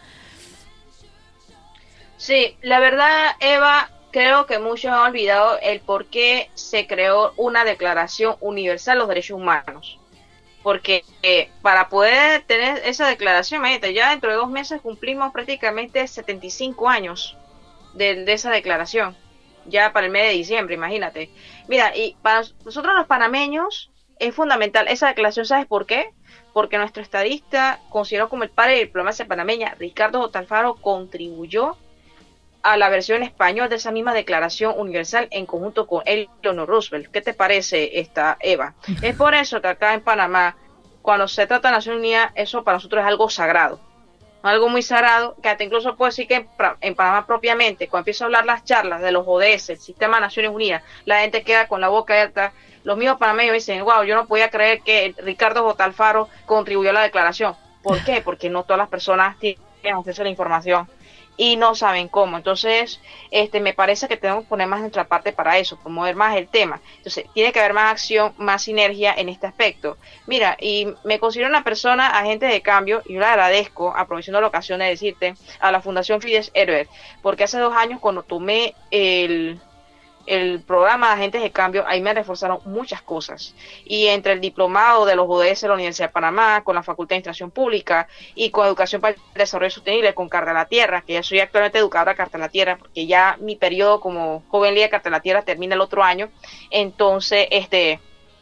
Sí, la verdad, Eva, creo que muchos han olvidado el por qué se creó una Declaración Universal de los Derechos Humanos. Porque eh, para poder tener esa declaración, imagínate, ya dentro de dos meses cumplimos prácticamente setenta y cinco años de, de esa declaración. Ya para el mes de diciembre, imagínate. Mira, y para nosotros los panameños es fundamental esa declaración, ¿sabes por qué? Porque nuestro estadista, considerado como el padre de la diplomacia panameña, Ricardo J. Alfaro, contribuyó a la versión en español de esa misma Declaración Universal en conjunto con Eleanor Roosevelt. ¿Qué te parece esta, Eva? Es por eso que acá en Panamá, cuando se trata de Naciones Unidas, eso para nosotros es algo sagrado. Algo muy sagrado, que hasta incluso puedo decir que en, en Panamá propiamente, cuando empiezo a hablar las charlas de los O D S, el Sistema de Naciones Unidas, la gente queda con la boca abierta. Los mismos panameños dicen, wow, yo no podía creer que Ricardo J. Alfaro contribuyó a la declaración. ¿Por qué? Porque no todas las personas tienen acceso a la información y no saben cómo. Entonces, este, me parece que tenemos que poner más nuestra parte para eso, promover más el tema. Entonces, tiene que haber más acción, más sinergia en este aspecto. Mira, y me considero una persona agente de cambio, y yo le agradezco, aprovechando la ocasión de decirte, a la Fundación Fides Herbert, porque hace dos años cuando tomé el... el programa de agentes de cambio, ahí me reforzaron muchas cosas, y entre el diplomado de los O D S de la Universidad de Panamá, con la Facultad de Administración Pública y con Educación para el Desarrollo Sostenible con Carta de la Tierra, que ya soy actualmente educadora de Carta de la Tierra, porque ya mi periodo como joven líder de Carta de la Tierra termina el otro año. Entonces este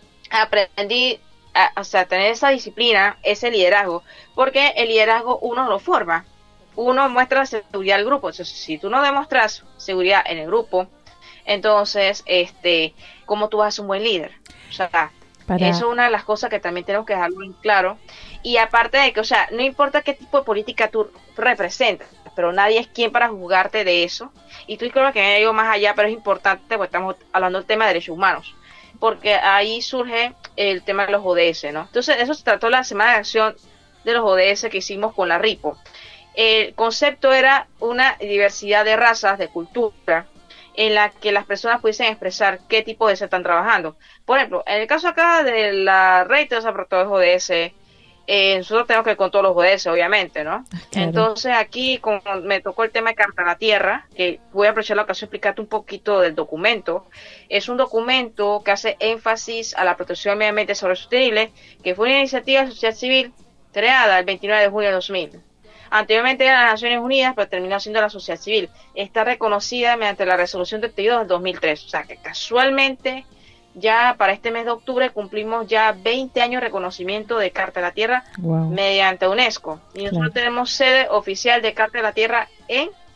aprendí a, o sea, tener esa disciplina, ese liderazgo, porque el liderazgo uno lo forma, uno muestra seguridad al grupo. Entonces, si tú no demuestras seguridad en el grupo, entonces, este, ¿cómo tú vas a ser un buen líder? O sea, Para... eso es una de las cosas que también tenemos que dejarlo en claro. Y aparte de que, o sea, no importa qué tipo de política tú representas, pero nadie es quien para juzgarte de eso. Y tú creo que me ido más allá, pero es importante porque estamos hablando del tema de derechos humanos, porque ahí surge el tema de los O D S, ¿no? Entonces, eso se trató la semana de acción de los O D S que hicimos con la RIPO. El concepto era una diversidad de razas, de cultura, en la que las personas pudiesen expresar qué tipo de se están trabajando. Por ejemplo, en el caso acá de la red de los O D S, eh, nosotros tenemos que ir con todos los O D S, obviamente, ¿no? Claro. Entonces aquí, como me tocó el tema de Carta a la Tierra, que voy a aprovechar la ocasión de explicarte un poquito del documento. Es un documento que hace énfasis a la protección del medio ambiente y desarrollo sostenible, que fue una iniciativa de la sociedad civil creada el veintinueve de junio de dos mil. Anteriormente era las Naciones Unidas, pero terminó siendo la sociedad civil. Está reconocida mediante la resolución treinta y dos del dos mil tres. O sea que casualmente ya para este mes de octubre cumplimos ya veinte años de reconocimiento de Carta de la Tierra. Wow. Mediante UNESCO. Y nosotros claro. tenemos sede oficial de Carta de la Tierra en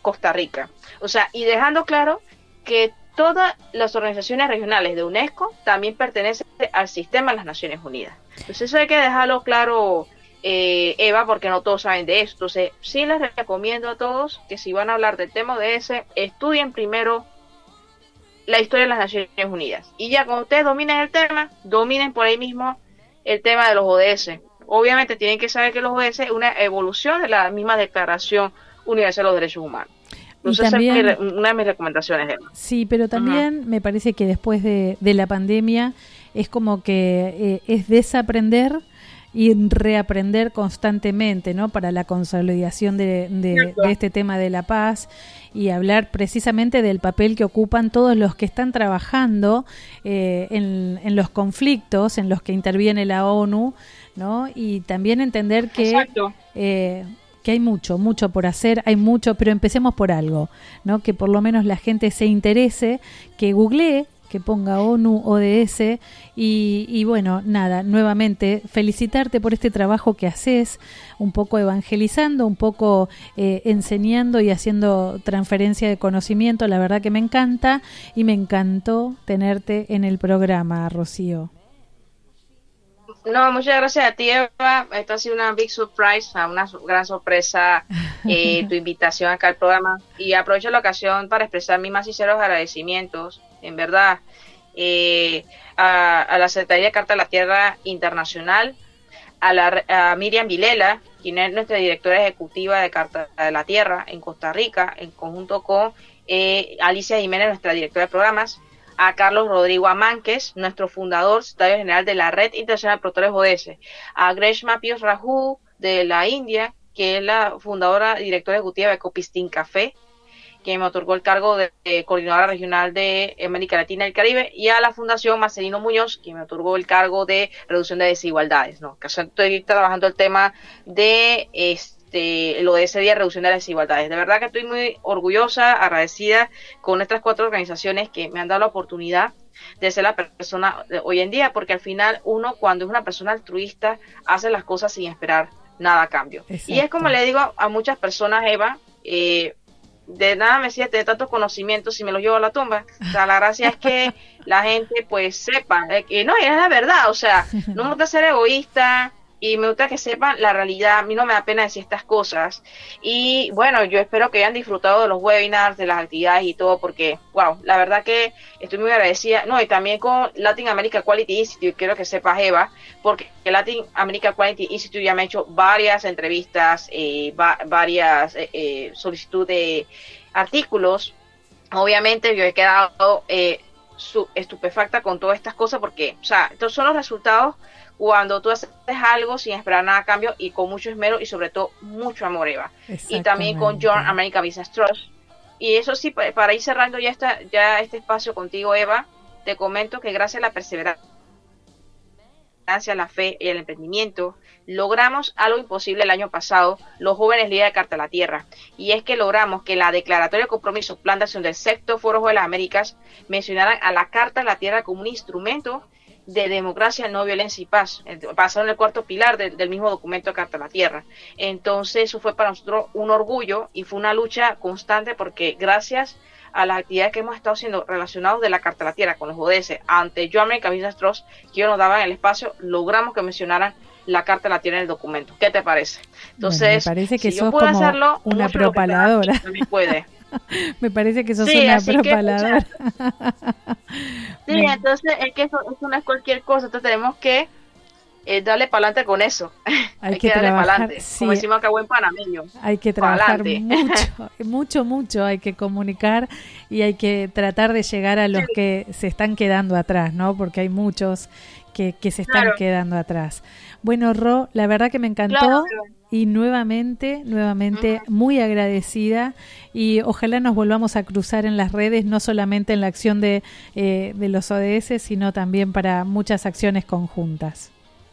Costa Rica. O sea, y dejando claro que todas las organizaciones regionales de UNESCO también pertenecen al sistema de las Naciones Unidas. Entonces eso hay que dejarlo claro, eh, Eva, porque no todos saben de esto. Entonces sí les recomiendo a todos que si van a hablar del tema O D S, estudien primero la historia de las Naciones Unidas. Y ya cuando ustedes dominen el tema, dominen por ahí mismo el tema de los O D S. Obviamente tienen que saber que los O D S es una evolución de la misma Declaración Universal de los Derechos Humanos. Entonces, también, esa es mi, una de mis recomendaciones. Emma. Sí, pero también uh-huh. me parece que después de, de la pandemia es como que eh, es desaprender y reaprender constantemente, ¿no? Para la consolidación de, de, de este tema de la paz y hablar precisamente del papel que ocupan todos los que están trabajando eh, en, en los conflictos en los que interviene la ONU, ¿no? Y también entender que eh, que hay mucho, mucho por hacer, hay mucho, pero empecemos por algo, ¿no? Que por lo menos la gente se interese, que googlee, que ponga ONU, O D S y, y bueno, nada, nuevamente felicitarte por este trabajo que haces, un poco evangelizando, un poco eh, enseñando y haciendo transferencia de conocimiento. La verdad que me encanta y me encantó tenerte en el programa, Rocío. No, muchas gracias a ti, Eva. Esto ha sido una big surprise, una gran sorpresa, eh, tu invitación acá al programa. Y aprovecho la ocasión para expresar mis más sinceros agradecimientos, en verdad, eh, a, a la Secretaría de Carta de la Tierra Internacional, a, la, a Miriam Vilela, quien es nuestra directora ejecutiva de Carta de la Tierra en Costa Rica, en conjunto con eh, Alicia Jiménez, nuestra directora de programas, a Carlos Rodrigo Amánquez, nuestro fundador, secretario general de la Red Internacional de Promotores O D S, a Greshma Pius Raju de la India, que es la fundadora y directora ejecutiva de Copistin Café, que me otorgó el cargo de, de coordinadora regional de América Latina y el Caribe, y a la Fundación Marcelino Muñoz, que me otorgó el cargo de reducción de desigualdades, ¿no? Que estoy trabajando el tema de este lo de ese día, reducción de las desigualdades. De verdad que estoy muy orgullosa, agradecida con estas cuatro organizaciones que me han dado la oportunidad de ser la persona de hoy en día, porque al final uno, cuando es una persona altruista, hace las cosas sin esperar nada a cambio. Exacto. Y es como le digo a muchas personas, Eva, eh, de nada me sirve tener tantos conocimientos si me los llevo a la tumba. O sea, la gracia es que la gente pues sepa, eh, que no, es la verdad, o sea, no me gusta ser egoísta y me gusta que sepan la realidad. A mí no me da pena decir estas cosas. Y bueno, yo espero que hayan disfrutado de los webinars, de las actividades y todo, porque, wow, la verdad que estoy muy agradecida. No, y también con Latin America Quality Institute, quiero que sepas, Eva, porque Latin America Quality Institute ya me ha hecho varias entrevistas, eh, va, varias eh, eh, solicitudes de artículos. Obviamente yo he quedado eh, su, estupefacta con todas estas cosas, porque, o sea, estos son los resultados cuando tú haces algo sin esperar nada a cambio y con mucho esmero y sobre todo mucho amor, Eva. Y también con Joint American Business Trust. Y eso sí, para ir cerrando ya, esta, ya este espacio contigo, Eva, te comento que gracias a la perseverancia, la fe y el emprendimiento, logramos algo imposible el año pasado, los jóvenes líderes de Carta a la Tierra, y es que logramos que la declaratoria de compromiso Plan de Acción del Sexto Foro de las Américas mencionaran a la Carta a la Tierra como un instrumento de democracia, no violencia y paz, pasaron el cuarto pilar de, del mismo documento de Carta a la Tierra. Entonces eso fue para nosotros un orgullo y fue una lucha constante, porque gracias a las actividades que hemos estado haciendo relacionadas de la Carta a la Tierra con los O D S ante Joint American Business Trust, que ellos nos daban el espacio, logramos que mencionaran la Carta a la Tierra en el documento. ¿Qué te parece? Entonces, bueno, me parece que si sos yo puedo como hacerlo, una propaladora. También puede. Me parece que sos sí, una propaladora. Que, o sea, sí, entonces es que eso, eso no es cualquier cosa, entonces tenemos que eh, darle para adelante con eso. Hay, hay que, que darle para adelante, sí. Como decimos acá buen panameño. Hay que trabajar mucho, mucho, mucho, hay que comunicar y hay que tratar de llegar a los sí. que se están quedando atrás, ¿no? Porque hay muchos que, que se están claro. quedando atrás. Bueno, Ro, la verdad que me encantó. Claro, claro. Y nuevamente, nuevamente uh-huh. muy agradecida, y ojalá nos volvamos a cruzar en las redes, no solamente en la acción de, eh, de los O D S, sino también para muchas acciones conjuntas.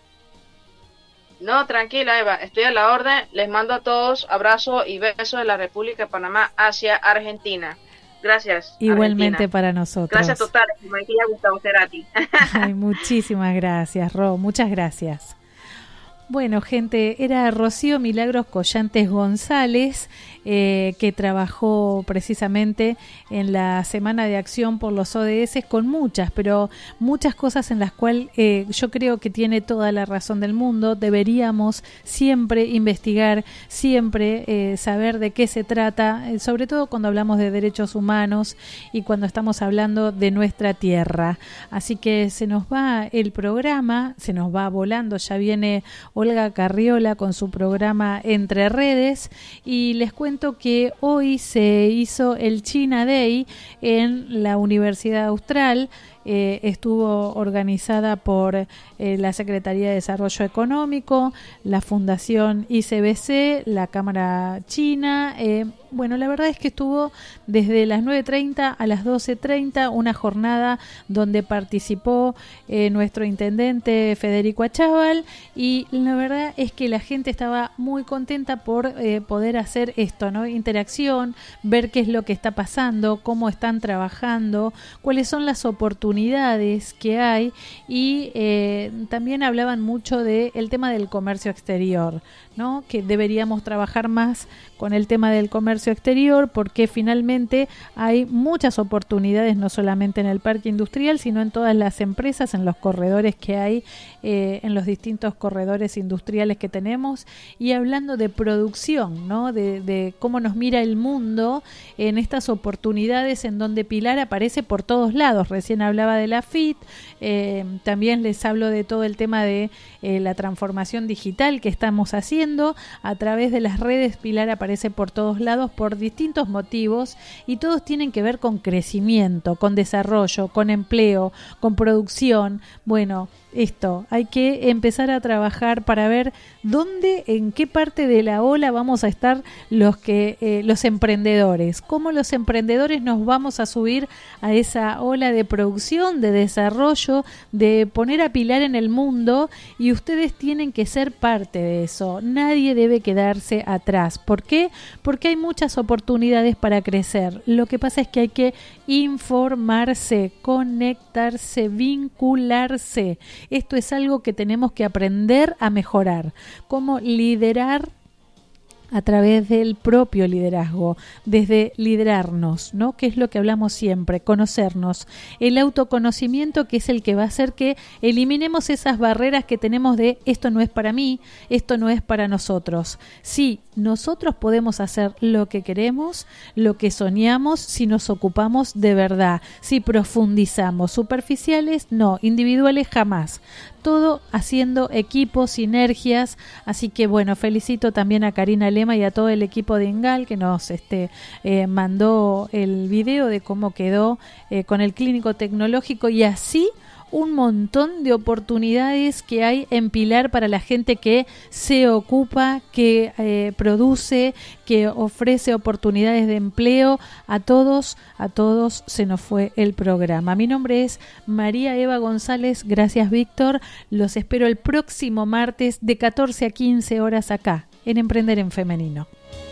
No, tranquila, Eva, estoy a la orden. Les mando a todos abrazo y besos de la República de Panamá hacia Argentina. Gracias. Igualmente Argentina. Para nosotros. Gracias totales, como decía Gustavo Cerati. Ay, muchísimas gracias, Ro, muchas gracias. Bueno, gente, era Rocío Milagros Collantes González, eh, que trabajó precisamente en la Semana de Acción por los O D S con muchas, pero muchas cosas en las cuales eh, yo creo que tiene toda la razón del mundo. Deberíamos siempre investigar, siempre eh, saber de qué se trata, eh, sobre todo cuando hablamos de derechos humanos y cuando estamos hablando de nuestra tierra. Así que se nos va el programa, se nos va volando, ya viene Olga Carriola con su programa Entre Redes, y les cuento que hoy se hizo el China Day en la Universidad Austral. Eh, estuvo organizada por eh, la Secretaría de Desarrollo Económico, la Fundación I C B C, la Cámara China. Eh, bueno, la verdad es que estuvo desde las nueve treinta a las doce treinta, una jornada donde participó eh, nuestro intendente Federico Achával, y la verdad es que la gente estaba muy contenta por eh, poder hacer esto, ¿no? Interacción, ver qué es lo que está pasando, cómo están trabajando, cuáles son las oportunidades que hay, y eh, también hablaban mucho del tema del comercio exterior, ¿no? Que deberíamos trabajar más con el tema del comercio exterior, porque finalmente hay muchas oportunidades, no solamente en el parque industrial, sino en todas las empresas, en los corredores que hay, eh, en los distintos corredores industriales que tenemos, y hablando de producción, ¿no? De, de cómo nos mira el mundo en estas oportunidades en donde Pilar aparece por todos lados. Recién hablaba de la F I T, eh, también les hablo de todo el tema de eh, la transformación digital que estamos haciendo a través de las redes. Pilar aparece por todos lados por distintos motivos, y todos tienen que ver con crecimiento, con desarrollo, con empleo, con producción. Bueno, esto, hay que empezar a trabajar para ver dónde, en qué parte de la ola vamos a estar los que eh, los emprendedores, cómo los emprendedores nos vamos a subir a esa ola de producción, de desarrollo, de poner a Pilar en el mundo, y ustedes tienen que ser parte de eso. Nadie debe quedarse atrás. ¿Por qué? Porque hay muchas oportunidades para crecer. Lo que pasa es que hay que informarse, conectarse, vincularse. Esto es algo que tenemos que aprender a mejorar. Cómo liderar a través del propio liderazgo, desde liderarnos, ¿no? Que es lo que hablamos siempre, conocernos. El autoconocimiento, que es el que va a hacer que eliminemos esas barreras que tenemos de esto no es para mí, esto no es para nosotros. Sí, nosotros podemos hacer lo que queremos, lo que soñamos, si nos ocupamos de verdad, si profundizamos. Superficiales, no, individuales jamás. Todo haciendo equipos, sinergias. Así que bueno, felicito también a Karina Lema y a todo el equipo de Ingal que nos este, eh, mandó el video de cómo quedó eh, con el clínico tecnológico, y así un montón de oportunidades que hay en Pilar para la gente que se ocupa, que eh, produce, que ofrece oportunidades de empleo. A todos, a todos se nos fue el programa. Mi nombre es María Eva González. Gracias, Víctor. Los espero el próximo martes de catorce a quince horas acá en Emprender en Femenino.